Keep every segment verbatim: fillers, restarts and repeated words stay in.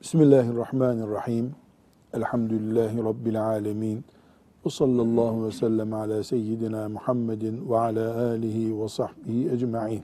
Bismillahirrahmanirrahim. Elhamdülillahi Rabbil alemin. Ve sallallahu ve sellem ala seyyidina Muhammedin ve ala alihi ve sahbihi ecma'in.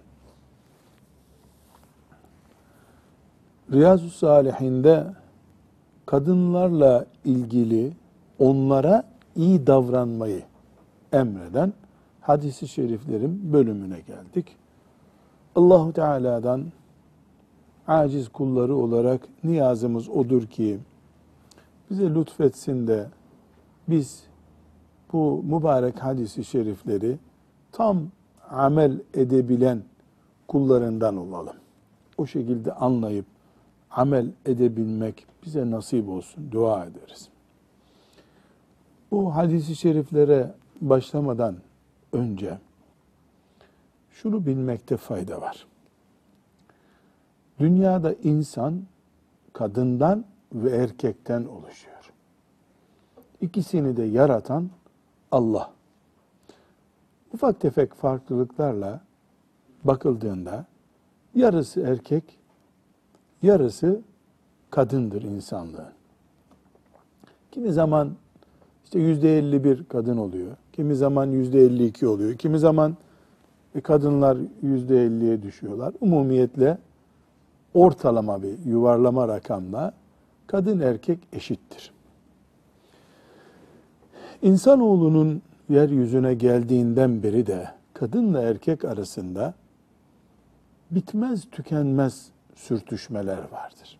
Riyazu Salihinde kadınlarla ilgili onlara iyi davranmayı emreden hadis-i şeriflerin bölümüne geldik. Allahu Teala'dan aciz kulları olarak niyazımız odur ki bize lütfetsin de biz bu mübarek hadis-i şerifleri tam amel edebilen kullarından olalım. O şekilde anlayıp amel edebilmek bize nasip olsun, dua ederiz. Bu hadis-i şeriflere başlamadan önce şunu bilmekte fayda var. Dünyada insan kadından ve erkekten oluşuyor. İkisini de yaratan Allah. Ufak tefek farklılıklarla bakıldığında yarısı erkek, yarısı kadındır insanlığın. Kimi zaman işte yüzde elli bir kadın oluyor, kimi zaman yüzde elli iki oluyor, kimi zaman kadınlar yüzde elliye düşüyorlar. Umumiyetle ortalama bir yuvarlama rakamla kadın erkek eşittir. İnsanoğlunun yeryüzüne geldiğinden beri de kadınla erkek arasında bitmez tükenmez sürtüşmeler vardır.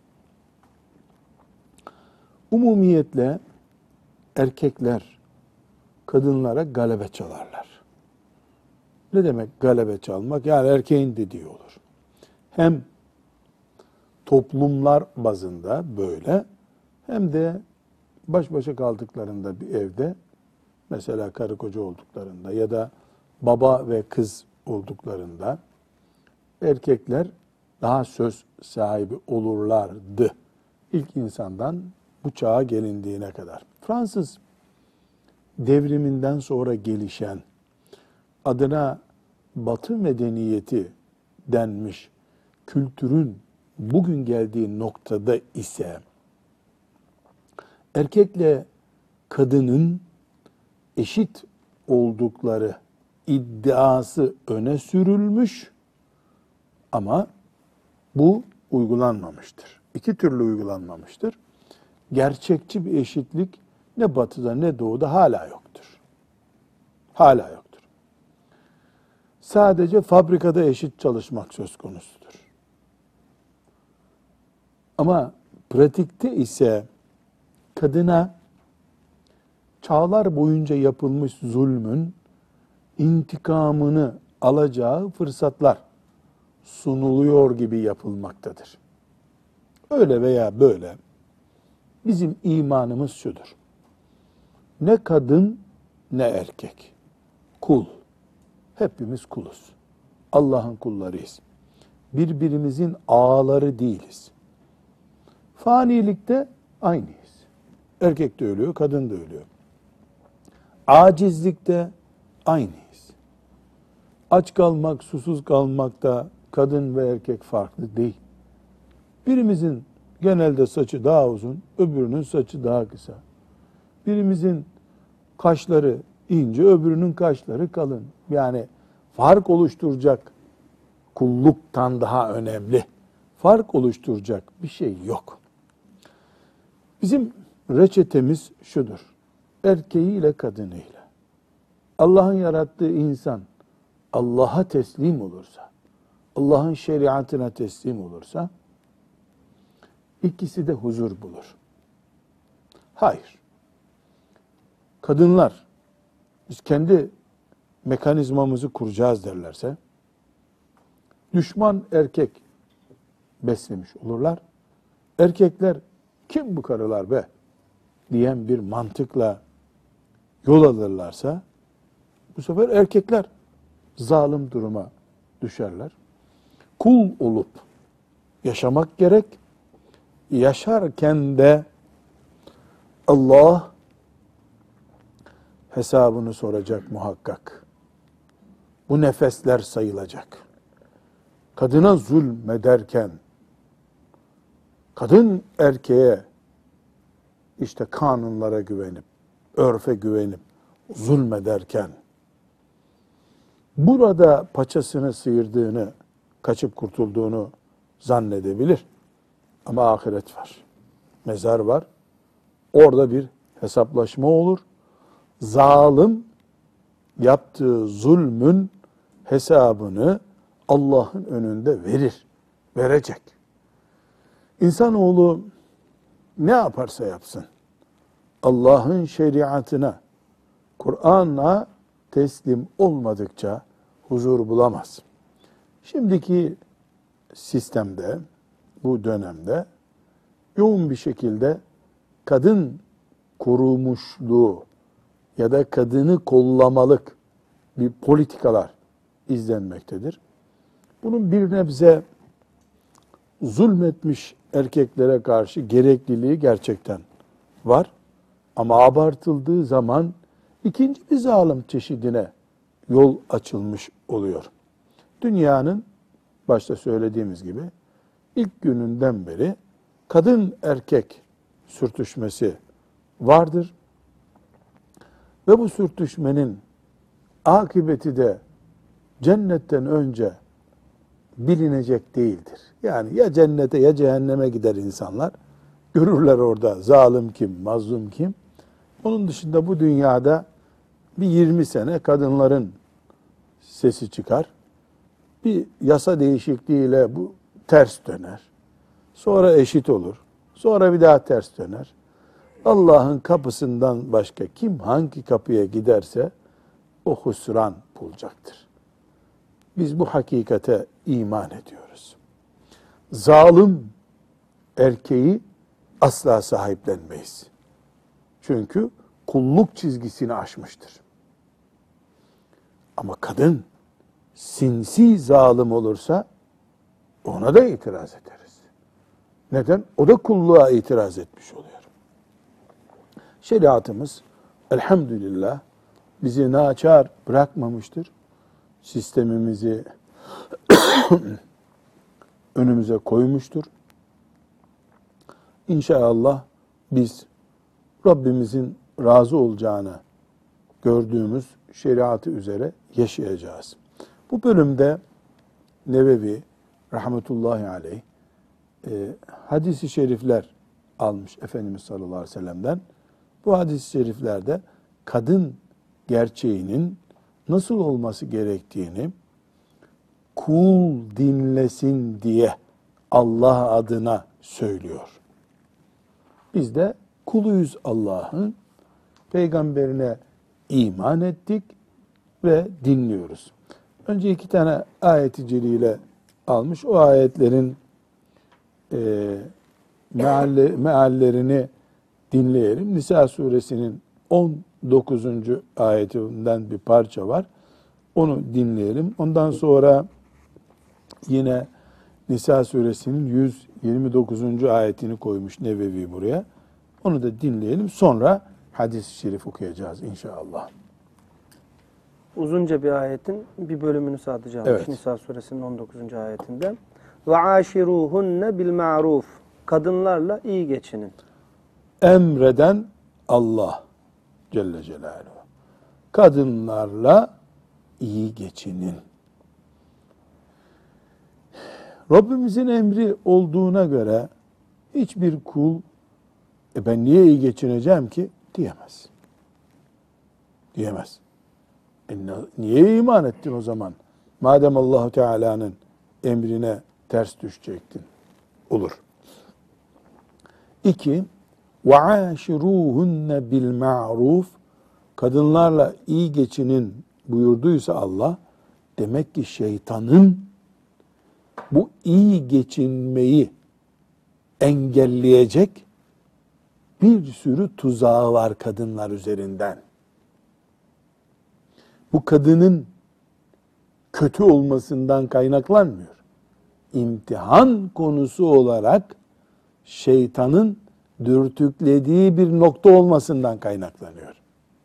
Umumiyetle erkekler kadınlara galebe çalarlar. Ne demek galebe çalmak? Yani erkeğin dediği olur. Hem toplumlar bazında böyle, hem de baş başa kaldıklarında bir evde, mesela karı koca olduklarında ya da baba ve kız olduklarında erkekler daha söz sahibi olurlardı. İlk insandan bu çağa gelindiğine kadar. Fransız devriminden sonra gelişen, adına Batı medeniyeti denmiş kültürün bugün geldiği noktada ise erkekle kadının eşit oldukları iddiası öne sürülmüş ama bu uygulanmamıştır. İki türlü uygulanmamıştır. Gerçekçi bir eşitlik ne batıda ne doğuda hala yoktur. Hala yoktur. Sadece fabrikada eşit çalışmak söz konusudur. Ama pratikte ise kadına çağlar boyunca yapılmış zulmün intikamını alacağı fırsatlar sunuluyor gibi yapılmaktadır. Öyle veya böyle bizim imanımız şudur: ne kadın ne erkek, kul. Hepimiz kuluz. Allah'ın kullarıyız. Birbirimizin ağaları değiliz. Fanilikte aynıyız. Erkek de ölüyor, kadın da ölüyor. Acizlikte aynıyız. Aç kalmak, susuz kalmakta kadın ve erkek farklı değil. Birimizin genelde saçı daha uzun, öbürünün saçı daha kısa. Birimizin kaşları ince, öbürünün kaşları kalın. Yani fark oluşturacak, kulluktan daha önemli fark oluşturacak bir şey yok. Bizim reçetemiz şudur: erkeğiyle kadınıyla. Allah'ın yarattığı insan Allah'a teslim olursa, Allah'ın şeriatına teslim olursa ikisi de huzur bulur. Hayır. Kadınlar biz kendi mekanizmamızı kuracağız derlerse düşman erkek beslemiş olurlar. Erkekler kim bu karılar be diyen bir mantıkla yol alırlarsa bu sefer erkekler zalim duruma düşerler. Kul olup yaşamak gerek. Yaşarken de Allah hesabını soracak muhakkak. Bu nefesler sayılacak. Kadına zulmederken kadın erkeğe işte kanunlara güvenip, örfe güvenip zulmederken burada paçasını sıyırdığını, kaçıp kurtulduğunu zannedebilir. Ama ahiret var. Mezar var. Orada bir hesaplaşma olur. Zalim yaptığı zulmün hesabını Allah'ın önünde verir. Verecek. İnsanoğlu ne yaparsa yapsın, Allah'ın şeriatına, Kur'an'a teslim olmadıkça huzur bulamaz. Şimdiki sistemde, bu dönemde yoğun bir şekilde kadın korumuşluğu ya da kadını kollamalık bir politikalar izlenmektedir. Bunun bir nebze zulmetmiş erkeklere karşı gerekliliği gerçekten var. Ama abartıldığı zaman ikinci bir zalim çeşidine yol açılmış oluyor. Dünyanın başta söylediğimiz gibi ilk gününden beri kadın erkek sürtüşmesi vardır. Ve bu sürtüşmenin akıbeti de cennetten önce bilinecek değildir. Yani ya cennete ya cehenneme gider insanlar. Görürler orada zalim kim, mazlum kim. Onun dışında bu dünyada bir yirmi sene kadınların sesi çıkar. Bir yasa değişikliğiyle bu ters döner. Sonra eşit olur. Sonra bir daha ters döner. Allah'ın kapısından başka kim hangi kapıya giderse o husran bulacaktır. Biz bu hakikate iman ediyoruz. Zalim erkeği asla sahiplenmeyiz. Çünkü kulluk çizgisini aşmıştır. Ama kadın sinsi zalim olursa ona da itiraz ederiz. Neden? O da kulluğa itiraz etmiş oluyor. Şeriatımız elhamdülillah bizi naçar bırakmamıştır. Sistemimizi önümüze koymuştur. İnşallah biz Rabbimizin razı olacağını gördüğümüz şeriatı üzere yaşayacağız. Bu bölümde Nevevi rahmetullahi aleyh e, hadis-i şerifler almış Efendimiz sallallahu aleyhi ve sellem'den. Bu hadis-i şeriflerde kadın gerçeğinin nasıl olması gerektiğini kul dinlesin diye Allah adına söylüyor. Biz de kuluyuz Allah'ın, peygamberine iman ettik ve dinliyoruz. Önce iki tane ayet-i celile almış. O ayetlerin e, mealle, meallerini dinleyelim. Nisa suresinin on dokuzuncu ayetinden bir parça var. Onu dinleyelim. Ondan sonra yine Nisa suresinin yüz yirmi dokuzuncu ayetini koymuş Nevevi buraya. Onu da dinleyelim. Sonra hadis-i şerif okuyacağız inşallah. Uzunca bir ayetin bir bölümünü sadece almış. Evet. Nisa suresinin on dokuzuncu ayetinde. Ve aşiruhunne bil ma'ruf. Kadınlarla iyi geçinin. Emreden Allah Celle Celaluhu. Kadınlarla iyi geçinin. Rabbimizin emri olduğuna göre hiçbir kul e ben niye iyi geçineceğim ki diyemez. Diyemez. E niye iman ettin o zaman? Madem Allah Teala'nın emrine ters düşecektin. Olur. İki, وَعَاشِرُوهُنَّ بِالْمَعْرُوفِ Kadınlarla iyi geçinin buyurduysa Allah, demek ki şeytanın bu iyi geçinmeyi engelleyecek bir sürü tuzağı var kadınlar üzerinden. Bu kadının kötü olmasından kaynaklanmıyor. İmtihan konusu olarak şeytanın dürtüklediği bir nokta olmasından kaynaklanıyor.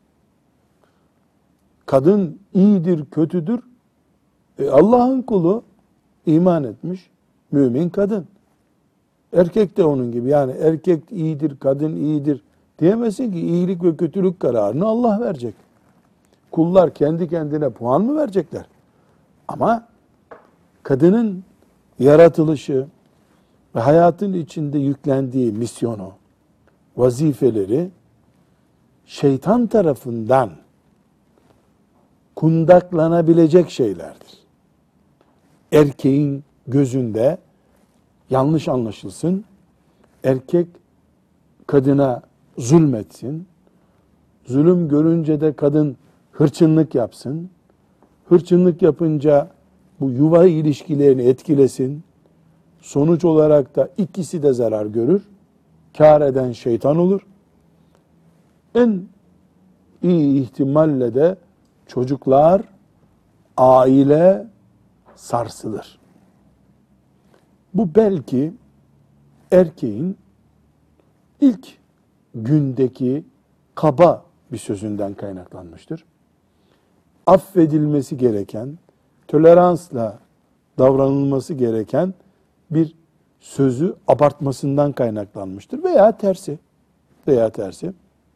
Kadın iyidir, kötüdür. E Allah'ın kulu iman etmiş, mümin kadın. Erkek de onun gibi. Yani erkek iyidir, kadın iyidir diyemezsin ki, iyilik ve kötülük kararını Allah verecek. Kullar kendi kendine puan mı verecekler? Ama kadının yaratılışı ve hayatın içinde yüklendiği misyonu, vazifeleri şeytan tarafından kundaklanabilecek şeylerdir. Erkeğin gözünde yanlış anlaşılsın, erkek kadına zulmetsin, zulüm görünce de kadın hırçınlık yapsın, hırçınlık yapınca bu yuva ilişkilerini etkilesin, sonuç olarak da ikisi de zarar görür, kâr eden şeytan olur. En iyi ihtimalle de çocuklar, aile sarsılır. Bu belki erkeğin ilk gündeki kaba bir sözünden kaynaklanmıştır. Affedilmesi gereken, toleransla davranılması gereken bir sözü abartmasından kaynaklanmıştır veya tersi. Veya tersi.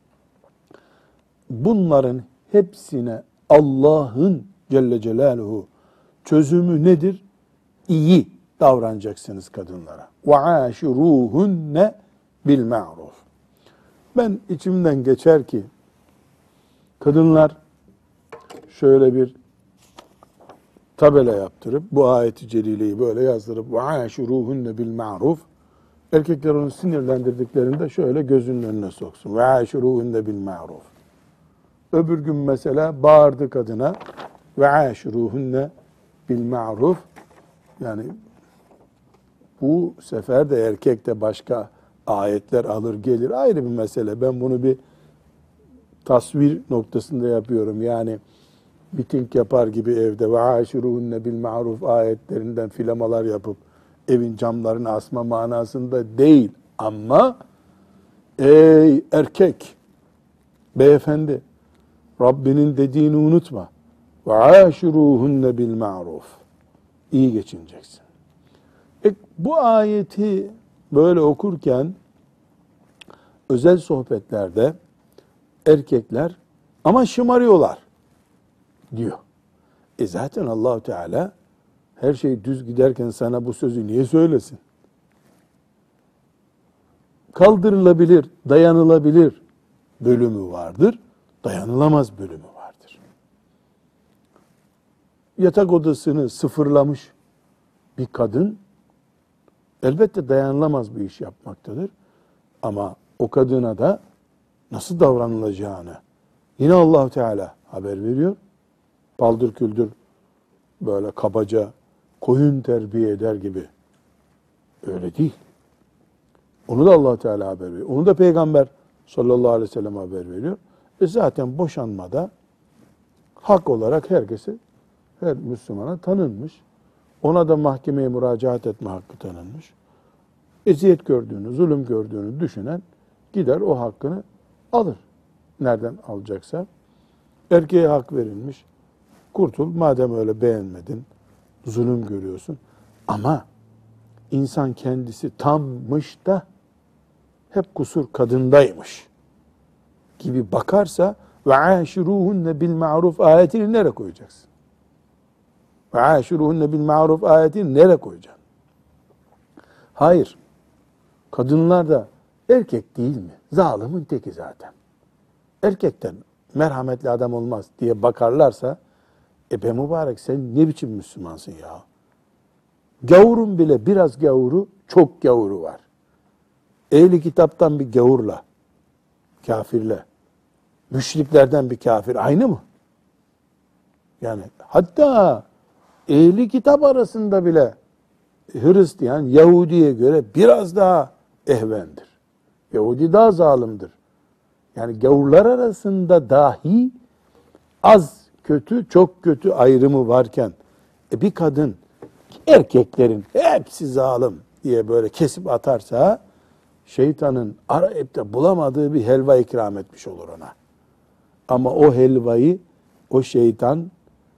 Bunların hepsine Allah'ın Celle Celaluhu çözümü nedir? İyi davranacaksınız kadınlara. وَعَاشِرُوهُنَّ بِالْمَعْرُوفِ. Ben içimden geçer ki kadınlar şöyle bir tabela yaptırıp bu ayeti celileyi böyle yazdırıp وَعَاشِرُوهُنَّ بِالْمَعْرُوفِ, erkekler onu sinirlendirdiklerinde şöyle gözünün önüne soksun. وَعَاشِرُوهُنَّ بِالْمَعْرُوفِ. Öbür gün mesela bağırdı kadına وَعَاشِرُوهُنَّ بِالْمَعْرُوفِ. Yani bu sefer de erkek de başka ayetler alır gelir, ayrı bir mesele. Ben bunu bir tasvir noktasında yapıyorum. Yani miting yapar gibi evde ve aşiruhunne bil ma'ruf ayetlerinden filamalar yapıp evin camlarını asma manasında değil. Ama ey erkek, beyefendi, Rabbinin dediğini unutma. Ve aşiruhunne bil ma'ruf. İyi geçineceksin. E, bu ayeti böyle okurken özel sohbetlerde erkekler ama şımarıyorlar diyor. E zaten Allah-u Teala her şey düz giderken sana bu sözü niye söylesin? Kaldırılabilir, dayanılabilir bölümü vardır, dayanılamaz bölümü vardır. Yatak odasını sıfırlamış bir kadın elbette dayanılamaz bir iş yapmaktadır. Ama o kadına da nasıl davranılacağını yine Allah-u Teala haber veriyor. Paldır küldür böyle kabaca koyun terbiye eder gibi. Öyle değil. Onu da Allah-u Teala haber veriyor. Onu da Peygamber sallallahu aleyhi ve sellem haber veriyor. E zaten boşanmada hak olarak herkese, her Müslümana tanınmış. Ona da mahkemeye müracaat etme hakkı tanınmış. Eziyet gördüğünü, zulüm gördüğünü düşünen gider o hakkını alır. Nereden alacaksa. Erkeğe hak verilmiş. Kurtul. Madem öyle beğenmedin, zulüm görüyorsun. Ama insan kendisi tammış da hep kusur kadındaymış gibi bakarsa ve aşiruhunne bil ma'ruf ayetini nereye koyacaksın? Ve aşiruhunne bil ma'ruf ayetini nereye koyacaksın? Hayır. Kadınlar da erkek değil mi? Zalimin teki zaten. Erkekten merhametli adam olmaz diye bakarlarsa e be mübarek sen ne biçim Müslümansın ya? Gavurun bile biraz gavuru, çok gavuru var. Ehli kitaptan bir gavurla, kafirle, müşriklerden bir kafir aynı mı? Yani hatta ehli kitap arasında bile Hristiyan, Yahudi'ye göre biraz daha ehvendir. Yahudi daha zalimdir. Yani gavurlar arasında dahi az kötü, çok kötü ayrımı varken e bir kadın erkeklerin hepsi zalim diye böyle kesip atarsa şeytanın arayıp da bulamadığı bir helva ikram etmiş olur ona. Ama o helvayı o şeytan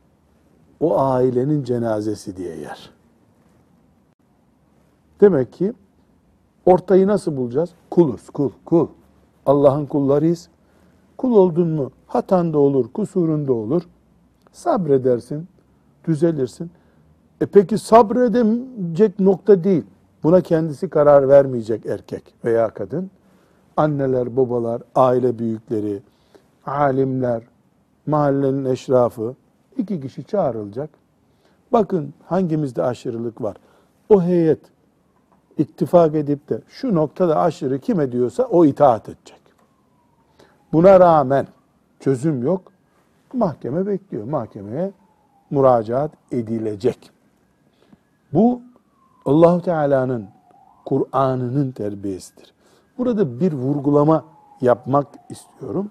o ailenin cenazesi diye yer. Demek ki Ortayı nasıl bulacağız? Kuluz, kul, kul. Allah'ın kullarıyız. Kul oldun mu hatan da olur, kusurun da olur. Sabredersin, düzelirsin. E peki sabredecek nokta değil. Buna kendisi karar vermeyecek erkek veya kadın. Anneler, babalar, aile büyükleri, alimler, mahallenin eşrafı iki kişi çağrılacak. Bakın hangimizde aşırılık var. O heyet ittifak edip de şu noktada aşırı kim ediyorsa o itaat edecek. Buna rağmen çözüm yok. Mahkeme bekliyor. Mahkemeye müracaat edilecek. Bu Allah-u Teala'nın Kur'an'ının terbiyesidir. Burada bir vurgulama yapmak istiyorum.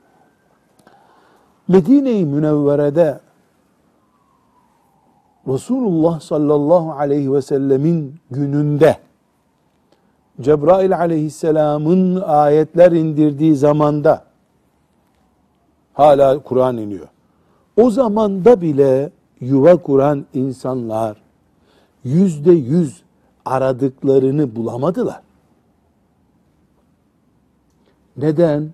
Medine-i Münevvere'de Resulullah sallallahu aleyhi ve sellemin gününde Cebrail aleyhisselamın ayetler indirdiği zamanda hala Kur'an iniyor. O zamanda bile yuva kuran insanlar yüzde yüz aradıklarını bulamadılar. Neden?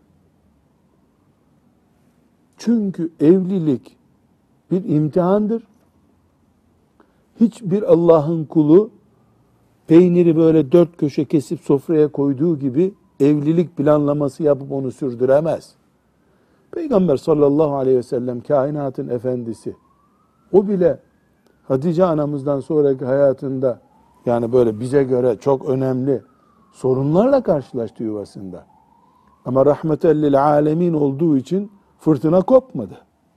Çünkü evlilik bir imtihandır. Hiçbir Allah'ın kulu peyniri böyle dört köşe kesip sofraya koyduğu gibi evlilik planlaması yapıp onu sürdüremez. Peygamber sallallahu aleyhi ve sellem kainatın efendisi. O bile Hatice anamızdan sonraki hayatında yani böyle bize göre çok önemli sorunlarla karşılaştı yuvasında. Ama rahmeten lil alemin olduğu için fırtına kopmadı.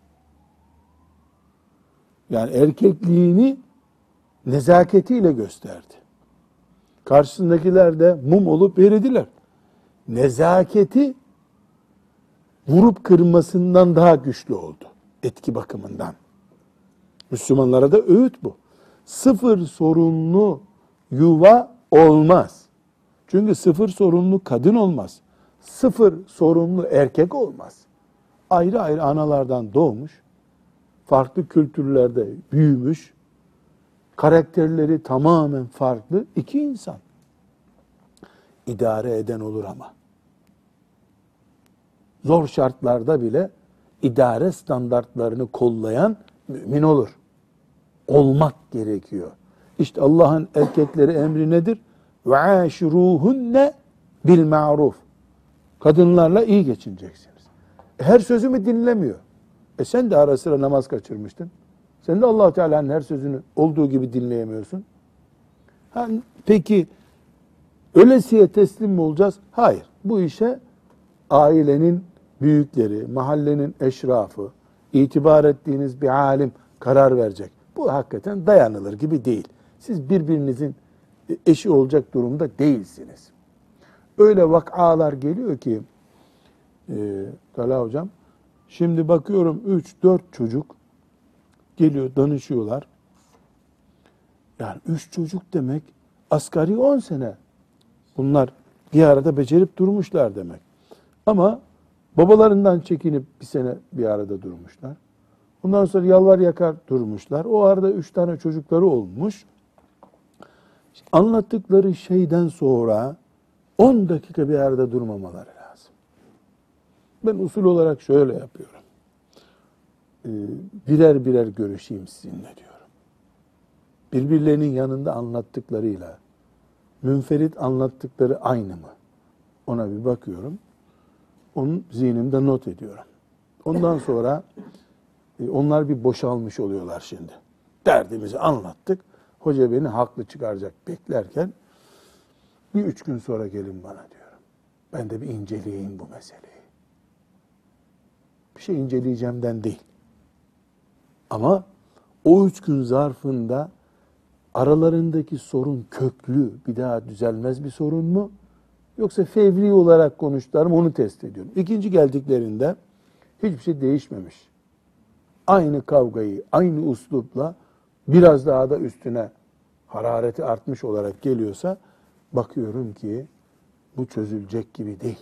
Yani erkekliğini nezaketiyle gösterdi. Karşısındakiler de mum olup eridiler. Nezaketi vurup kırmasından daha güçlü oldu. Etki bakımından. Müslümanlara da öğüt bu. Sıfır sorunlu yuva olmaz. Çünkü sıfır sorunlu kadın olmaz. Sıfır sorunlu erkek olmaz. Ayrı ayrı analardan doğmuş, farklı kültürlerde büyümüş, karakterleri tamamen farklı iki insan. İdare eden olur ama. Zor şartlarda bile idare standartlarını kollayan mümin olur. Olmak gerekiyor. İşte Allah'ın erkekleri emri nedir? وَعَاشِرُوهُنَّ بِالْمَعْرُوفِ Kadınlarla iyi geçineceksiniz. Her sözümü dinlemiyor. E sen de ara sıra namaz kaçırmıştın. Sen de Allah-u Teala'nın her sözünü olduğu gibi dinleyemiyorsun. Ha, peki ölesiye teslim mi olacağız? Hayır. Bu işe ailenin büyükleri, mahallenin eşrafı, itibar ettiğiniz bir alim karar verecek. Bu hakikaten dayanılır gibi değil. Siz birbirinizin eşi olacak durumda değilsiniz. Öyle vakalar geliyor ki e, Talha hocam, şimdi bakıyorum üç dört çocuk geliyor, danışıyorlar. Yani üç çocuk demek asgari on sene. Bunlar bir arada becerip durmuşlar demek. Ama babalarından çekinip bir sene bir arada durmuşlar. Ondan sonra yalvar yakar durmuşlar. O arada üç tane çocukları olmuş. Anlattıkları şeyden sonra on dakika bir arada durmamaları lazım. Ben usul olarak şöyle yapıyorum. Ee, birer birer görüşeyim sizinle diyorum. Birbirlerinin yanında anlattıklarıyla münferit anlattıkları aynı mı? Ona bir bakıyorum. Onun zihnimde not ediyorum. Ondan sonra e, onlar bir boşalmış oluyorlar şimdi. Derdimizi anlattık. Hoca beni haklı çıkaracak beklerken bir üç gün sonra gelin bana diyorum. Ben de bir inceleyeyim bu meseleyi. Bir şey inceleyeceğimden değil. Ama o üç gün zarfında aralarındaki sorun köklü, bir daha düzelmez bir sorun mu? Yoksa fevri olarak konuştular mı onu test ediyorum. İkinci geldiklerinde hiçbir şey değişmemiş. Aynı kavgayı, aynı üslupla biraz daha da üstüne harareti artmış olarak geliyorsa bakıyorum ki bu çözülecek gibi değil.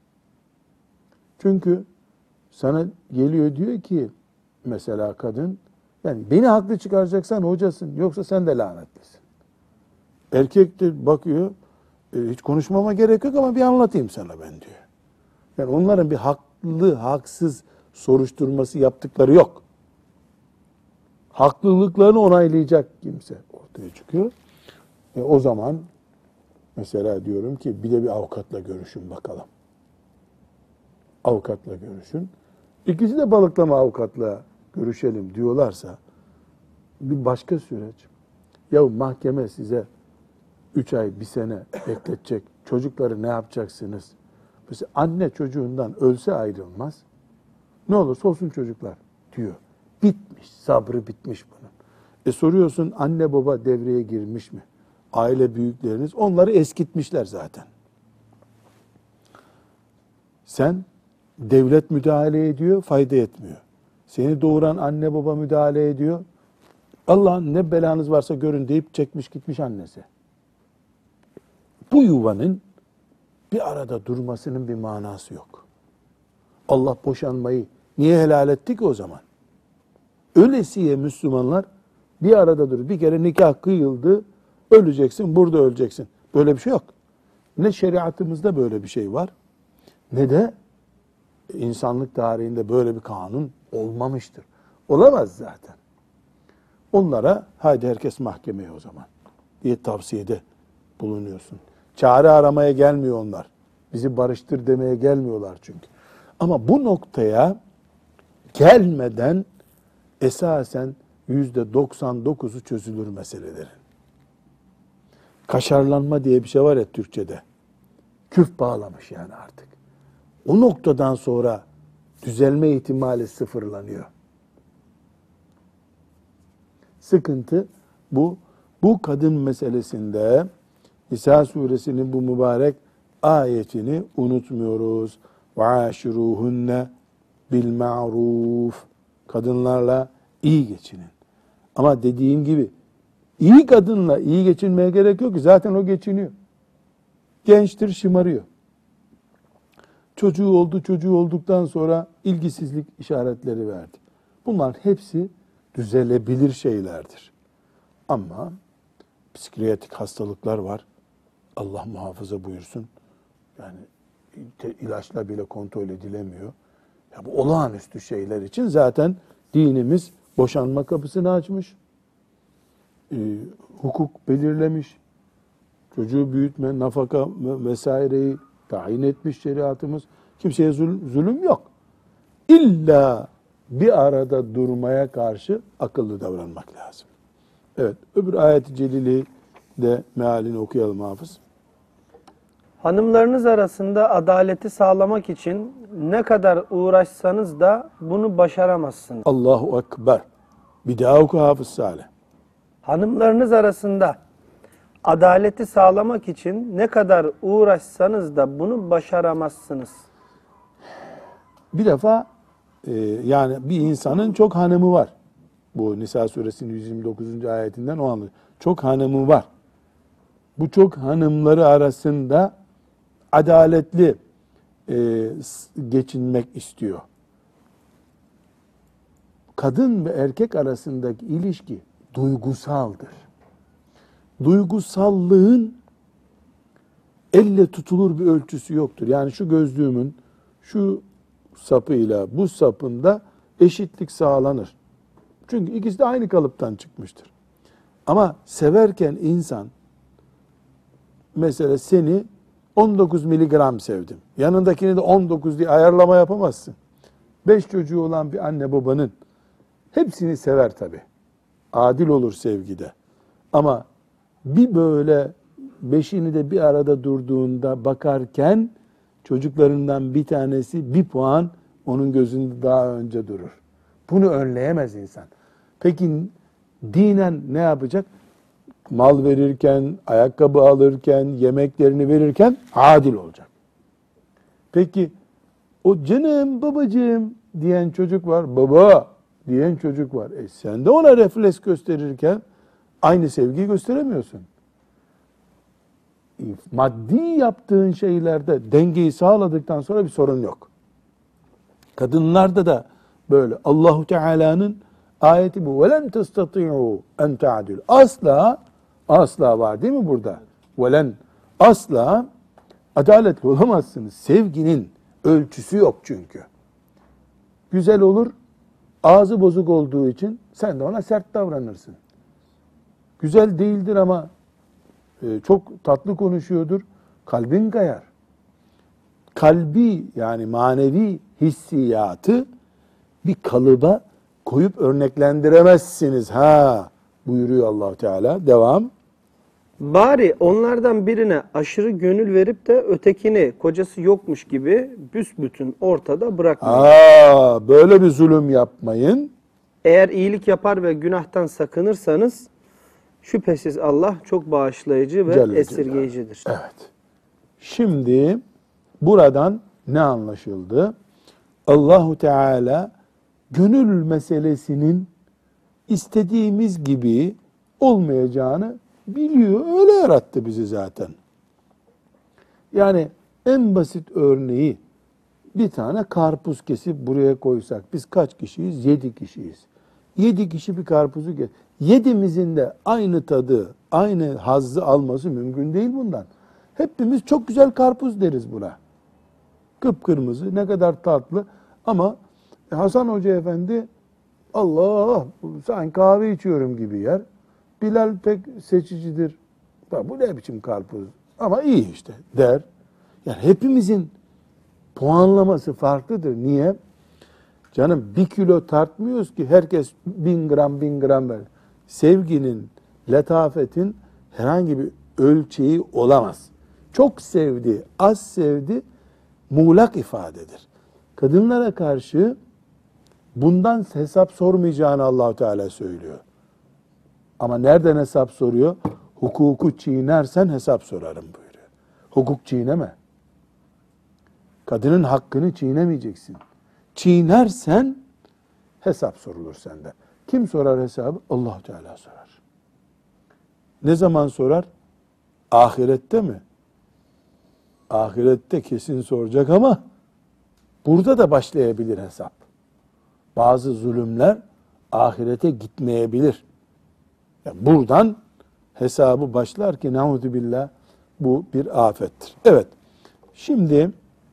Çünkü sana geliyor diyor ki mesela kadın, yani beni haklı çıkaracaksan hocasın, yoksa sen de lanetlisin. Erkek de bakıyor, E, hiç konuşmama gerek yok ama bir anlatayım sana ben diyor. Yani onların bir haklı, haksız soruşturması yaptıkları yok. Haklılıklarını onaylayacak kimse ortaya çıkıyor. E, o zaman mesela diyorum ki bir de bir avukatla görüşün bakalım. Avukatla görüşün. İkisi de balıklama avukatla görüşelim diyorlarsa bir başka süreç. Ya mahkeme size üç ay, bir sene bekletecek. Çocukları ne yapacaksınız? Mesela anne çocuğundan ölse ayrılmaz. Ne olursa olsun çocuklar diyor. Bitmiş, sabrı bitmiş bunun. E soruyorsun anne baba devreye girmiş mi? Aile büyükleriniz onları eskitmişler zaten. Sen devlet müdahale ediyor, fayda etmiyor. Seni doğuran anne baba müdahale ediyor. Allah'ın ne belanız varsa görün deyip çekmiş gitmiş annesi. Bu yuvanın bir arada durmasının bir manası yok. Allah boşanmayı niye helal etti ki o zaman? Öylesiye Müslümanlar bir arada durur. Bir kere nikah kıyıldı, öleceksin, burada öleceksin. Böyle bir şey yok. Ne şeriatımızda böyle bir şey var, ne de insanlık tarihinde böyle bir kanun olmamıştır. Olamaz zaten. Onlara haydi herkes mahkemeye o zaman diye tavsiyede bulunuyorsun. Çare aramaya gelmiyor onlar. Bizi barıştır demeye gelmiyorlar çünkü. Ama bu noktaya gelmeden esasen yüzde doksan dokuzu çözülür meselelerin. Kaşarlanma diye bir şey var ya Türkçe'de. Küf bağlamış yani artık. O noktadan sonra düzelme ihtimali sıfırlanıyor. Sıkıntı bu. Bu kadın meselesinde Nisa suresinin bu mübarek ayetini unutmuyoruz. وَعَاشِرُوهُنَّ بِالْمَعْرُوفِ Kadınlarla iyi geçinin. Ama dediğim gibi iyi kadınla iyi geçinmeye gerek yok ki. Zaten o geçiniyor. Gençtir, şımarıyor. Çocuğu oldu, çocuğu olduktan sonra ilgisizlik işaretleri verdi. Bunlar hepsi düzelebilir şeylerdir. Ama psikiyatrik hastalıklar var. Allah muhafaza buyursun. Yani ilaçla bile kontrol edilemiyor. Ya bu olağanüstü şeyler için zaten dinimiz boşanma kapısını açmış. Ee, hukuk belirlemiş. Çocuğu büyütme, nafaka vesaireyi tayin etmiş şeriatımız. Kimseye zulüm, zulüm yok. İlla bir arada durmaya karşı akıllı davranmak lazım. Evet, öbür ayet-i celili de mealini okuyalım Hafız. Hanımlarınız arasında adaleti sağlamak için ne kadar uğraşsanız da bunu başaramazsınız. Allahu Ekber. Bir daha oku Hafız Salih. Hanımlarınız arasında adaleti sağlamak için ne kadar uğraşsanız da bunu başaramazsınız. Bir defa e, yani bir insanın çok hanımı var. Bu Nisa suresinin yüz yirmi dokuzuncu ayetinden o anlıyor. Çok hanımı var. Bu çok hanımları arasında adaletli e, geçinmek istiyor. Kadın ve erkek arasındaki ilişki duygusaldır. Duygusallığın elle tutulur bir ölçüsü yoktur. Yani şu gözlüğümün şu sapıyla bu sapında eşitlik sağlanır. Çünkü ikisi de aynı kalıptan çıkmıştır. Ama severken insan mesela seni on dokuz miligram sevdim. Yanındakini de on dokuz diye ayarlama yapamazsın. Beş çocuğu olan bir anne babanın hepsini sever tabii. Adil olur sevgide. Ama bir böyle beşini de bir arada durduğunda bakarken çocuklarından bir tanesi bir puan onun gözünde daha önce durur. Bunu önleyemez insan. Peki dinen ne yapacak? Mal verirken, ayakkabı alırken, yemeklerini verirken adil olacak. Peki o canım babacığım diyen çocuk var, baba diyen çocuk var. E sen de ona refleks gösterirken aynı sevgiyi gösteremiyorsun. Maddi yaptığın şeylerde dengeyi sağladıktan sonra bir sorun yok. Kadınlarda da böyle. Allahu Teala'nın ayeti bu. وَلَنْ تَسْتَطِعُوا اَنْ تَعْدِلُوا Asla, asla var değil mi burada? وَلَنْ Asla adaletli olamazsınız. Sevginin ölçüsü yok çünkü. Güzel olur, ağzı bozuk olduğu için sen de ona sert davranırsın. Güzel değildir ama e, çok tatlı konuşuyordur, kalbin kayar. Kalbi yani manevi hissiyatı bir kalıba koyup örneklendiremezsiniz. Ha buyuruyor Allah Teala. Devam. Bari onlardan birine aşırı gönül verip de ötekini kocası yokmuş gibi büsbütün ortada bırakmayın. Aa, böyle bir zulüm yapmayın. Eğer iyilik yapar ve günahtan sakınırsanız şüphesiz Allah çok bağışlayıcı ve Celle esirgeyicidir. Evet. Şimdi buradan ne anlaşıldı? Allahu Teala gönül meselesinin istediğimiz gibi olmayacağını biliyor. Öyle yarattı bizi zaten. Yani en basit örneği bir tane karpuz kesip buraya koysak biz kaç kişiyiz? Yedi kişiyiz. Yedi kişi bir karpuzu kes. Yedimizin de aynı tadı, aynı hazzı alması mümkün değil bundan. Hepimiz çok güzel karpuz deriz buna. Kıpkırmızı, ne kadar tatlı ama Hasan Hoca Efendi Allah sanki kahve içiyorum gibi yer. Bilal pek seçicidir. Bu ne biçim karpuz? Ama iyi işte der. Yani hepimizin puanlaması farklıdır. Niye? Canım bir kilo tartmıyoruz ki herkes bin gram bin gram ver. Sevginin, letafetin herhangi bir ölçeği olamaz. Çok sevdi, az sevdi muğlak ifadedir. Kadınlara karşı bundan hesap sormayacağını Allah Teala söylüyor. Ama nereden hesap soruyor? Hukuku çiğnersen hesap sorarım buyuruyor. Hukuk çiğneme. Kadının hakkını çiğnemeyeceksin. Çiğnersen hesap sorulur sende. Kim sorar hesabı? Allah Teala sorar. Ne zaman sorar? Ahirette mi? Ahirette kesin soracak ama burada da başlayabilir hesap. Bazı zulümler ahirete gitmeyebilir. Yani buradan hesabı başlar ki ne'udübillah bu bir afettir. Evet. Şimdi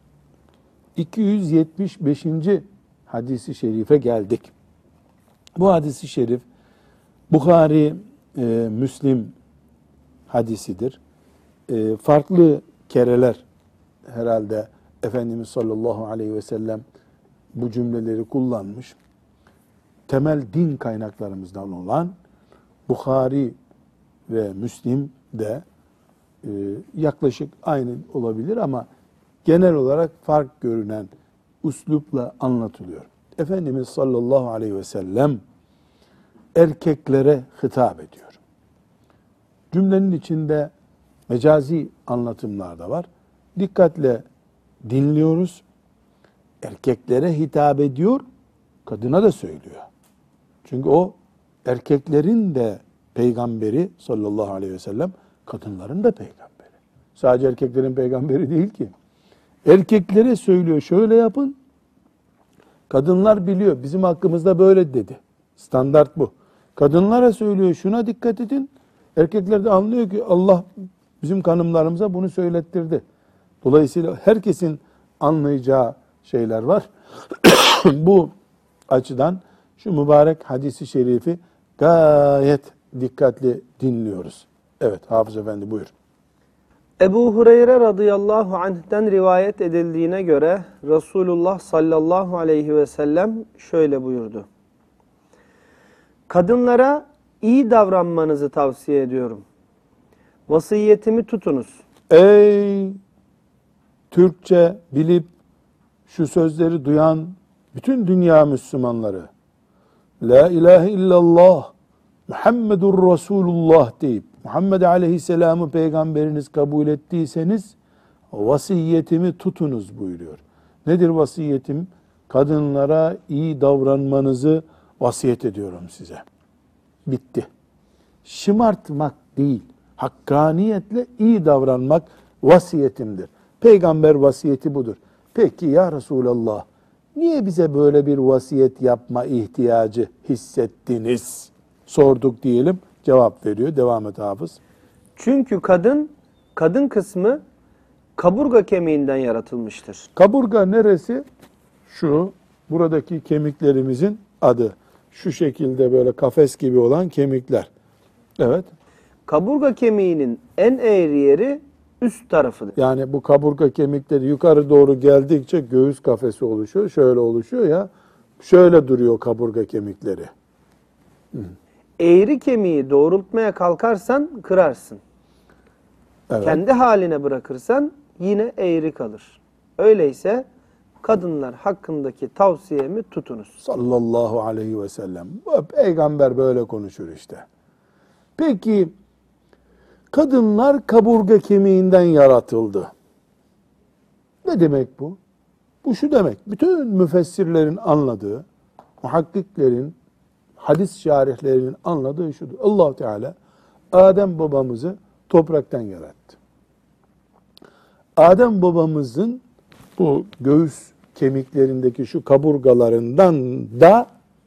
iki yüz yetmiş beşinci hadisi şerife geldik. Bu hadisi şerif Bukhari, e, Müslim hadisidir. E, farklı kereler herhalde Efendimiz sallallahu aleyhi ve sellem bu cümleleri kullanmış. Temel din kaynaklarımızdan olan Bukhari ve Müslim de e, yaklaşık aynı olabilir ama genel olarak fark görünen üslupla anlatılıyor. Efendimiz sallallahu aleyhi ve sellem erkeklere hitap ediyor. Cümlenin içinde mecazi anlatımlar da var. Dikkatle dinliyoruz. Erkeklere hitap ediyor, kadına da söylüyor. Çünkü o erkeklerin de peygamberi sallallahu aleyhi ve sellem, kadınların da peygamberi. Sadece erkeklerin peygamberi değil ki. Erkeklere söylüyor, şöyle yapın. Kadınlar biliyor, bizim hakkımızda böyle dedi. Standart bu. Kadınlara söylüyor, şuna dikkat edin. Erkekler de anlıyor ki Allah bizim hanımlarımıza bunu söylettirdi. Dolayısıyla herkesin anlayacağı şeyler var. Bu açıdan şu mübarek hadisi şerifi gayet dikkatli dinliyoruz. Evet Hafız Efendi buyur. Ebu Hureyre radıyallahu anh'ten rivayet edildiğine göre Resulullah sallallahu aleyhi ve sellem şöyle buyurdu. Kadınlara iyi davranmanızı tavsiye ediyorum. Vasiyetimi tutunuz. Ey Türkçe bilip şu sözleri duyan bütün dünya Müslümanları, La ilahe illallah Muhammedur Resulullah deyip Muhammed Aleyhisselam'ı peygamberiniz kabul ettiyseniz vasiyetimi tutunuz buyuruyor. Nedir vasiyetim? Kadınlara iyi davranmanızı vasiyet ediyorum size. Bitti. Şımartmak değil, hakkaniyetle iyi davranmak vasiyetimdir. Peygamber vasiyeti budur. Peki ya Resulallah, niye bize böyle bir vasiyet yapma ihtiyacı hissettiniz? Sorduk diyelim, cevap veriyor. Devam et Hafız. Çünkü kadın kadın kısmı kaburga kemiğinden yaratılmıştır. Kaburga neresi? Şu, buradaki kemiklerimizin adı. Şu şekilde böyle kafes gibi olan kemikler. Evet. Kaburga kemiğinin en eğri yeri üst tarafıdır. Yani bu kaburga kemikleri yukarı doğru geldikçe göğüs kafesi oluşuyor. Şöyle oluşuyor ya. Şöyle duruyor kaburga kemikleri. Eğri kemiği doğrultmaya kalkarsan kırarsın. Evet. Kendi haline bırakırsan yine eğri kalır. Öyleyse kadınlar hakkındaki tavsiyemi tutunuz. Sallallahu aleyhi ve sellem. Bu peygamber böyle konuşur işte. Peki kadınlar kaburga kemiğinden yaratıldı. Ne demek bu? Bu şu demek. Bütün müfessirlerin anladığı, muhakkiklerin, hadis şarihlerinin anladığı şudur. Allah Teala Adem babamızı topraktan yarattı. Adem babamızın bu göğüs kemiklerindeki şu kaburgalarından da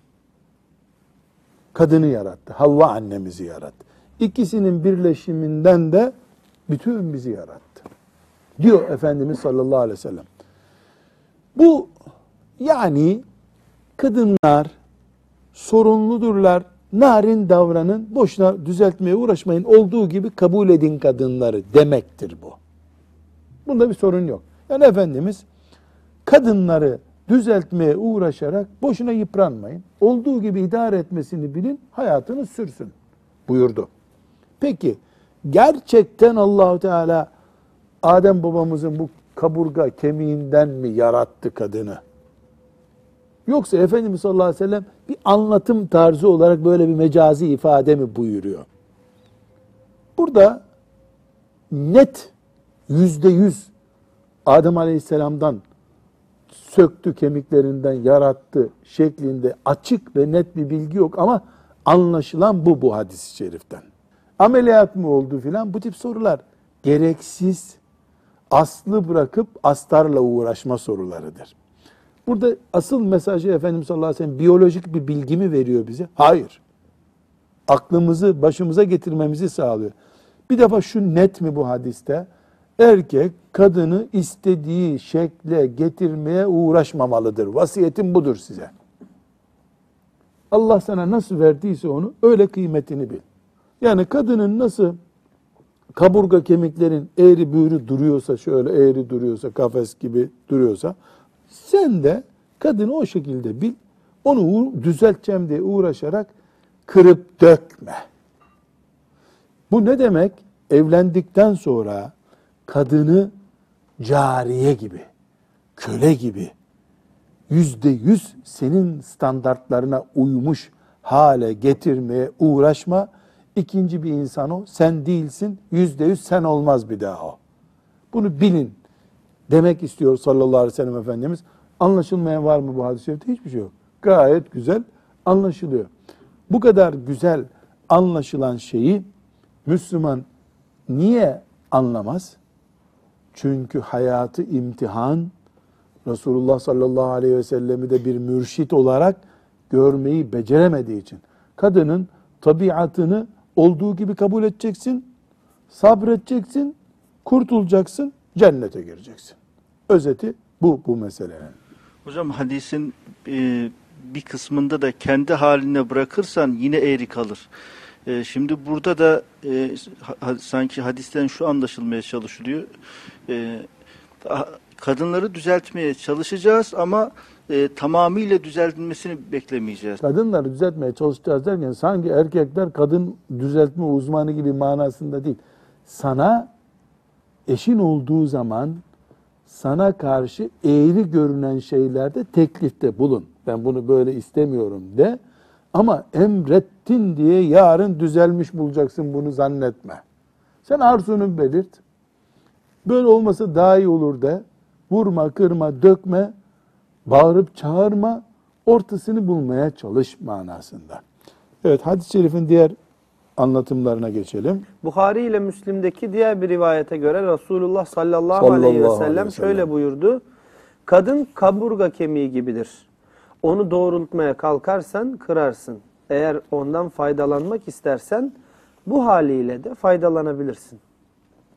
kadını yarattı. Havva annemizi yarattı. İkisinin birleşiminden de bütün bizi yarattı. Diyor Efendimiz sallallahu aleyhi ve sellem. Bu yani kadınlar sorumludurlar. Narin davranın, boşuna düzeltmeye uğraşmayın. Olduğu gibi kabul edin kadınları demektir bu. Bunda bir sorun yok. Yani Efendimiz kadınları düzeltmeye uğraşarak boşuna yıpranmayın. Olduğu gibi idare etmesini bilin, hayatını sürsün buyurdu. Peki gerçekten Allahu Teala Adem babamızın bu kaburga kemiğinden mi yarattı kadını? Yoksa Efendimiz sallallahu aleyhi ve sellem bir anlatım tarzı olarak böyle bir mecazi ifade mi buyuruyor? Burada net yüzde yüz Adem aleyhisselamdan söktü kemiklerinden yarattı şeklinde açık ve net bir bilgi yok ama anlaşılan bu bu hadis-i şeriften. Ameliyat mı oldu filan bu tip sorular gereksiz, aslı bırakıp astarla uğraşma sorularıdır. Burada asıl mesajı Efendimiz sallallahu aleyhi ve sellem biyolojik bir bilgi mi veriyor bize? Hayır. Aklımızı başımıza getirmemizi sağlıyor. Bir defa şu net mi bu hadiste? Erkek kadını istediği şekle getirmeye uğraşmamalıdır. Vasiyetim budur size. Allah sana nasıl verdiyse onu öyle kıymetini bil. Yani kadının nasıl kaburga kemiklerin eğri büğrü duruyorsa, şöyle eğri duruyorsa, kafes gibi duruyorsa, sen de kadını o şekilde bil, onu düzelteceğim diye uğraşarak kırıp dökme. Bu ne demek? Evlendikten sonra kadını cariye gibi, köle gibi, yüzde yüz senin standartlarına uymuş hale getirmeye uğraşma. İkinci bir insan o, sen değilsin, yüzde yüz sen olmaz bir daha o. Bunu bilin demek istiyor sallallahu aleyhi ve sellem Efendimiz. Anlaşılmayan var mı bu hadis-i şerifte? Hiçbir şey yok. Gayet güzel anlaşılıyor. Bu kadar güzel anlaşılan şeyi Müslüman niye anlamaz? Çünkü hayatı imtihan, Resulullah sallallahu aleyhi ve sellemi de bir mürşit olarak görmeyi beceremediği için. Kadının tabiatını olduğu gibi kabul edeceksin, sabredeceksin, kurtulacaksın, cennete gireceksin. Özeti bu, bu meselenin. Hocam hadisin e, bir kısmında da kendi haline bırakırsan yine eğri kalır. E, şimdi burada da e, ha, sanki hadisten şu anlaşılmaya çalışılıyor. E, kadınları düzeltmeye çalışacağız ama e, tamamıyla düzeltilmesini beklemeyeceğiz. Kadınları düzeltmeye çalışacağız derken sanki erkekler kadın düzeltme uzmanı gibi manasında değil. Sana eşin olduğu zaman sana karşı eğri görünen şeylerde teklifte bulun. Ben bunu böyle istemiyorum de. Ama emrettin diye yarın düzelmiş bulacaksın, bunu zannetme. Sen arzunu belirt. Böyle olmasa daha iyi olur de. Vurma, kırma, dökme, bağırıp çağırma, ortasını bulmaya çalış manasında. Evet, hadis-i şerifin diğer anlatımlarına geçelim. Buhari ile Müslim'deki diğer bir rivayete göre Resulullah sallallahu, Sallallahu aleyhi ve aleyhi sellem ve sellem. şöyle buyurdu. Kadın kaburga kemiği gibidir. Onu doğrultmaya kalkarsan kırarsın. Eğer ondan faydalanmak istersen bu haliyle de faydalanabilirsin.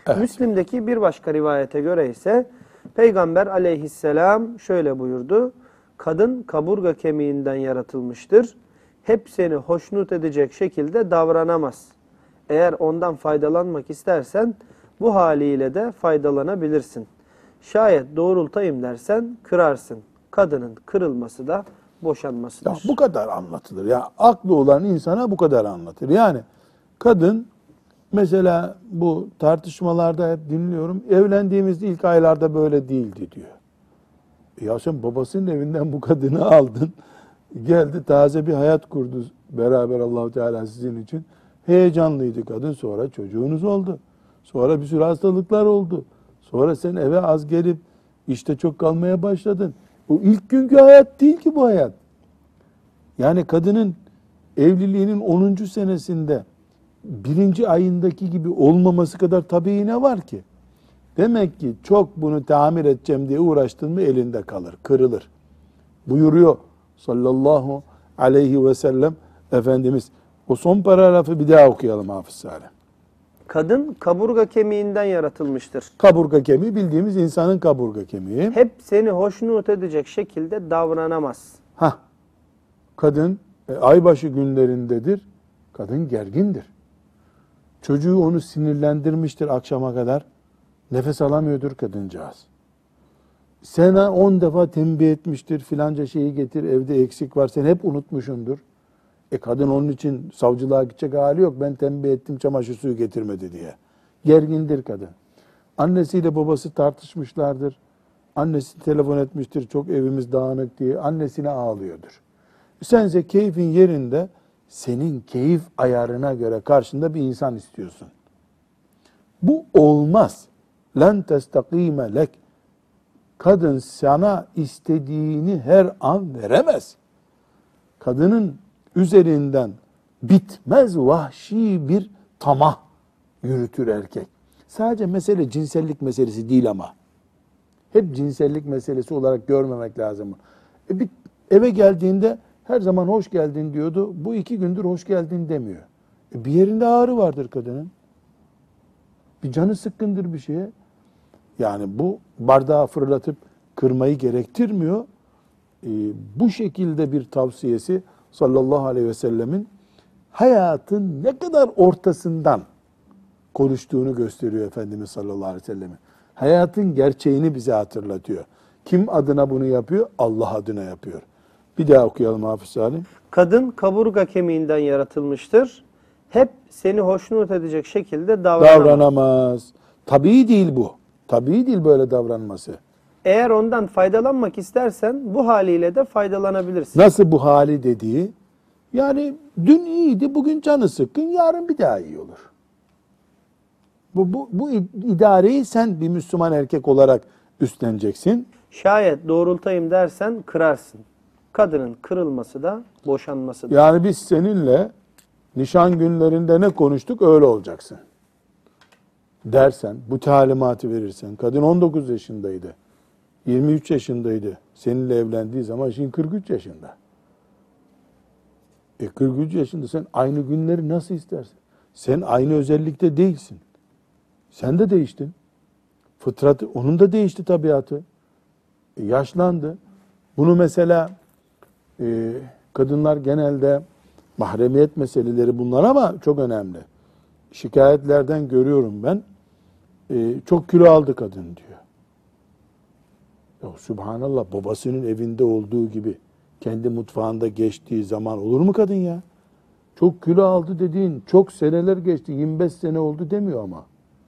Evet. Müslim'deki bir başka rivayete göre ise Peygamber aleyhisselam şöyle buyurdu. Kadın kaburga kemiğinden yaratılmıştır. Hep seni hoşnut edecek şekilde davranamaz. Eğer ondan faydalanmak istersen bu haliyle de faydalanabilirsin. Şayet doğrultayım dersen kırarsın. Kadının kırılması da boşanmasıdır. Ya bu kadar anlatılır. Ya aklı olan insana bu kadar anlatır. Yani kadın mesela bu tartışmalarda hep dinliyorum. Evlendiğimiz ilk aylarda böyle değildi diyor. Ya sen babasının evinden bu kadını aldın. Geldi taze bir hayat kurdu beraber Allahu Teala sizin için. Heyecanlıydı kadın. Sonra çocuğunuz oldu. Sonra bir sürü hastalıklar oldu. Sonra sen eve az gelip işte çok kalmaya başladın. Bu ilk günkü hayat değil ki bu hayat. Yani kadının evliliğinin onuncu senesinde birinci ayındaki gibi olmaması kadar tabii ne var ki? Demek ki çok bunu tamir edeceğim diye uğraştın mı elinde kalır, kırılır. Buyuruyor sallallahu aleyhi ve sellem Efendimiz. O son paragrafı bir daha okuyalım Hafız Salih. Kadın kaburga kemiğinden yaratılmıştır. Kaburga kemiği bildiğimiz insanın kaburga kemiği. Hep seni hoşnut edecek şekilde davranamaz. Hah. Kadın e, aybaşı günlerindedir. Kadın gergindir. Çocuğu onu sinirlendirmiştir akşama kadar. Nefes alamıyordur kadıncağız. Sana on defa tembih etmiştir. Filanca şeyi getir, evde eksik var. Sen hep unutmuşundur. E kadın onun için savcılığa gidecek hali yok. Ben tembih ettim çamaşır suyu getirmedi diye. Gergindir kadın. Annesiyle babası tartışmışlardır. Annesi telefon etmiştir. Çok evimiz dağınık diye. Annesine ağlıyordur. Sense keyfin yerinde, senin keyif ayarına göre karşında bir insan istiyorsun. Bu olmaz. Len testakime lek. Kadın sana istediğini her an veremez. Kadının üzerinden bitmez vahşi bir tamah yürütür erkek. Sadece mesele cinsellik meselesi değil ama. Hep cinsellik meselesi olarak görmemek lazım. E bir eve geldiğinde her zaman hoş geldin diyordu. Bu iki gündür hoş geldin demiyor. E bir yerinde ağrı vardır kadının. Bir canı sıkkındır bir şeye. Yani bu bardağı fırlatıp kırmayı gerektirmiyor. E, bu şekilde bir tavsiyesi sallallahu aleyhi ve sellemin hayatın ne kadar ortasından konuştuğunu gösteriyor Efendimiz sallallahu aleyhi ve sellemin. Hayatın gerçeğini bize hatırlatıyor. Kim adına bunu yapıyor? Allah adına yapıyor. Bir daha okuyalım Hafız Salim. Kadın kaburga kemiğinden yaratılmıştır. Hep seni hoşnut edecek şekilde davranamaz. Davranamaz. Tabii değil bu. Tabii değil böyle davranması. Eğer ondan faydalanmak istersen bu haliyle de faydalanabilirsin. Nasıl bu hali dediği? Yani dün iyiydi, bugün canı sıkkın, yarın bir daha iyi olur. Bu, bu, bu idareyi sen bir Müslüman erkek olarak üstleneceksin. Şayet doğrultayım dersen kırarsın. Kadının kırılması da boşanmasıdır. Yani biz seninle nişan günlerinde ne konuştuk öyle olacaksın. Dersen, bu talimatı verirsen, kadın on dokuz yaşındaydı, yirmi üç yaşındaydı, seninle evlendiği zaman şimdi kırk üç yaşında. E kırk üç yaşında sen aynı günleri nasıl istersin? Sen aynı özellikte değilsin. Sen de değiştin. Fıtratı, onun da değişti tabiatı. E yaşlandı. Bunu mesela e, kadınlar genelde mahremiyet meseleleri bunlar ama çok önemli. Şikayetlerden görüyorum ben. E, çok kilo aldı kadın diyor. Ya Subhanallah, babasının evinde olduğu gibi kendi mutfağında geçtiği zaman olur mu kadın ya? Çok kilo aldı dediğin çok seneler geçti, yirmi beş sene oldu demiyor ama.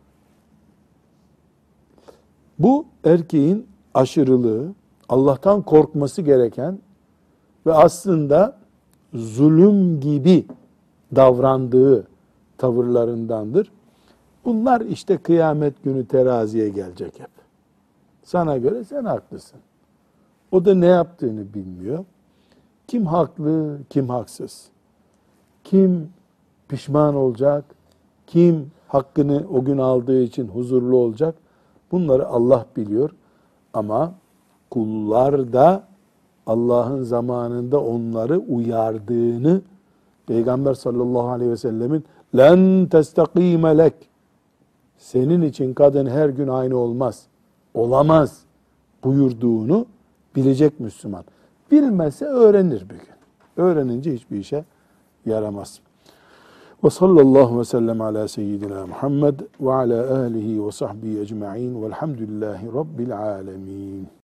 Bu erkeğin aşırılığı, Allah'tan korkması gereken ve aslında zulüm gibi davrandığı tavırlarındandır. Bunlar işte kıyamet günü teraziye gelecek hep. Sana göre sen haklısın. O da ne yaptığını bilmiyor. Kim haklı, kim haksız? Kim pişman olacak? Kim hakkını o gün aldığı için huzurlu olacak? Bunları Allah biliyor. Ama kullar da Allah'ın zamanında onları uyardığını Peygamber sallallahu aleyhi ve sellemin "Len testakime lek" senin için kadın her gün aynı olmaz, olamaz buyurduğunu bilecek Müslüman. Bilmezse öğrenir bir gün. Öğrenince hiçbir işe yaramaz. Ve sallallahu ve sellem ala seyyidina Muhammed ve ala alihi ve sahbihi ecma'in velhamdülillahi rabbil alemin.